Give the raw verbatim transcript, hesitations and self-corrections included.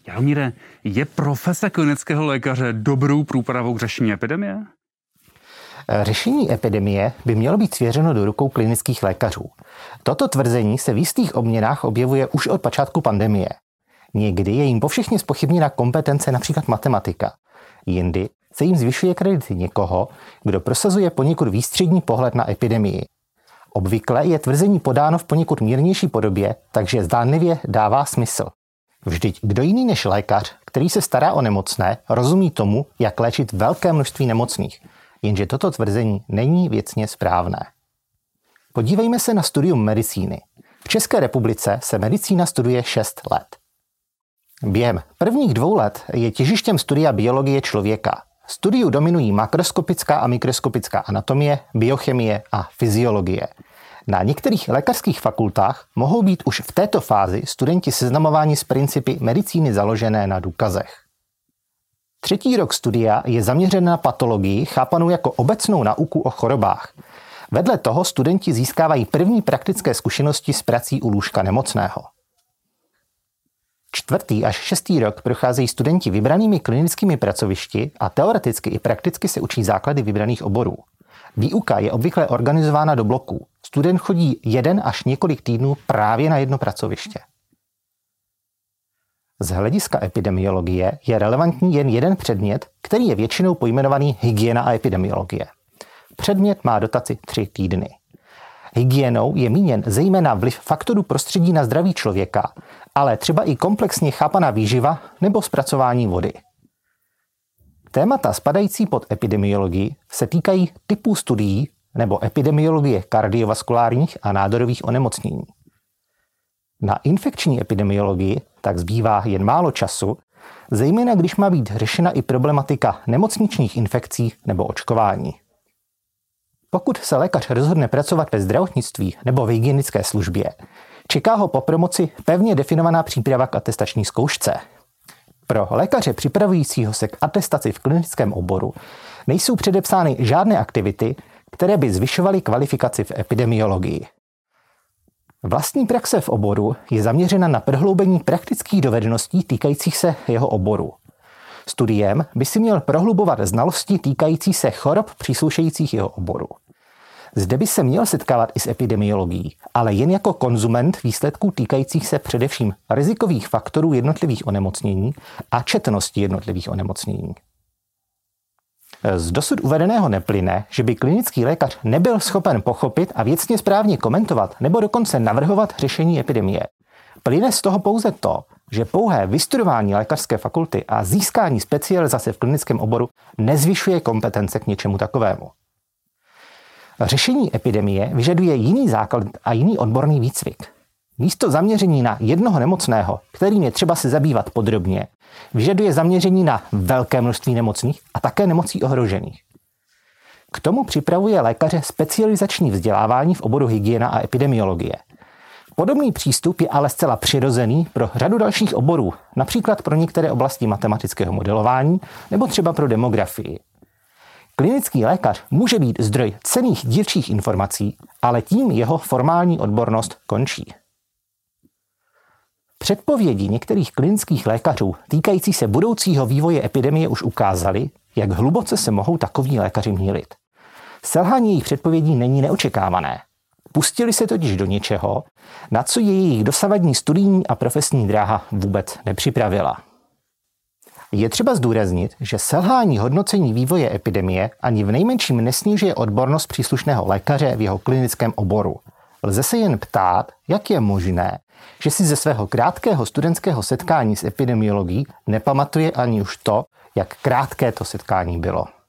Jaromíre, je profese klinického lékaře dobrou průpravou k řešení epidemie? Řešení epidemie by mělo být svěřeno do rukou klinických lékařů. Toto tvrzení se v jistých obměnách objevuje už od počátku pandemie. Někdy je jim povšechně zpochybněna kompetence například matematika. Jindy se jim zvyšuje kredit někoho, kdo prosazuje poněkud výstřední pohled na epidemii. Obvykle je tvrzení podáno v poněkud mírnější podobě, takže zdánlivě dává smysl. Vždyť kdo jiný než lékař, který se stará o nemocné, rozumí tomu, jak léčit velké množství nemocných. Jenže toto tvrzení není věcně správné. Podívejme se na studium medicíny. V České republice se medicína studuje šest let. Během prvních dvou let je těžištěm studia biologie člověka. Studiu dominují makroskopická a mikroskopická anatomie, biochemie a fyziologie. Na některých lékařských fakultách mohou být už v této fázi studenti seznamováni s principy medicíny založené na důkazech. Třetí rok studia je zaměřen na patologii, chápanou jako obecnou nauku o chorobách. Vedle toho studenti získávají první praktické zkušenosti s prací u lůžka nemocného. Čtvrtý až šestý rok procházejí studenti vybranými klinickými pracovišti a teoreticky i prakticky se učí základy vybraných oborů. Výuka je obvykle organizována do bloků. Student chodí jeden až několik týdnů právě na jedno pracoviště. Z hlediska epidemiologie je relevantní jen jeden předmět, který je většinou pojmenovaný hygiena a epidemiologie. Předmět má dotaci tři týdny. Hygienou je míněn zejména vliv faktorů prostředí na zdraví člověka, ale třeba i komplexně chápaná výživa nebo zpracování vody. Témata spadající pod epidemiologii se týkají typů studií nebo epidemiologie kardiovaskulárních a nádorových onemocnění. Na infekční epidemiologii tak zbývá jen málo času, zejména když má být řešena i problematika nemocničních infekcí nebo očkování. Pokud se lékař rozhodne pracovat ve zdravotnictví nebo v hygienické službě, čeká ho po promoci pevně definovaná příprava k atestační zkoušce. Pro lékaře připravujícího se k atestaci v klinickém oboru nejsou předepsány žádné aktivity, které by zvyšovaly kvalifikaci v epidemiologii. Vlastní praxe v oboru je zaměřena na prohloubení praktických dovedností týkajících se jeho oboru. Studiem by si měl prohlubovat znalosti týkající se chorob příslušejících jeho oboru. Zde by se měl setkávat i s epidemiologií, ale jen jako konzument výsledků týkajících se především rizikových faktorů jednotlivých onemocnění a četnosti jednotlivých onemocnění. Z dosud uvedeného neplyne, že by klinický lékař nebyl schopen pochopit a věcně správně komentovat nebo dokonce navrhovat řešení epidemie. Plyne z toho pouze to, že pouhé vystudování lékařské fakulty a získání specializace v klinickém oboru nezvyšuje kompetence k něčemu takovému. Řešení epidemie vyžaduje jiný základ a jiný odborný výcvik. Místo zaměření na jednoho nemocného, kterým je třeba se zabývat podrobně, vyžaduje zaměření na velké množství nemocných a také nemocí ohrožených. K tomu připravuje lékaře specializační vzdělávání v oboru hygiena a epidemiologie. Podobný přístup je ale zcela přirozený pro řadu dalších oborů, například pro některé oblasti matematického modelování nebo třeba pro demografii. Klinický lékař může být zdroj cenných dílčích informací, ale tím jeho formální odbornost končí. Předpovědi některých klinických lékařů týkající se budoucího vývoje epidemie už ukázaly, jak hluboce se mohou takoví lékaři mýlit. Selhání jejich předpovědí není neočekávané. Pustili se totiž do něčeho, na co je jejich dosavadní studijní a profesní dráha vůbec nepřipravila. Je třeba zdůraznit, že selhání hodnocení vývoje epidemie ani v nejmenším nesnižuje odbornost příslušného lékaře v jeho klinickém oboru. Lze se jen ptát, jak je možné, že si ze svého krátkého studentského setkání s epidemiologií nepamatuje ani už to, jak krátké to setkání bylo.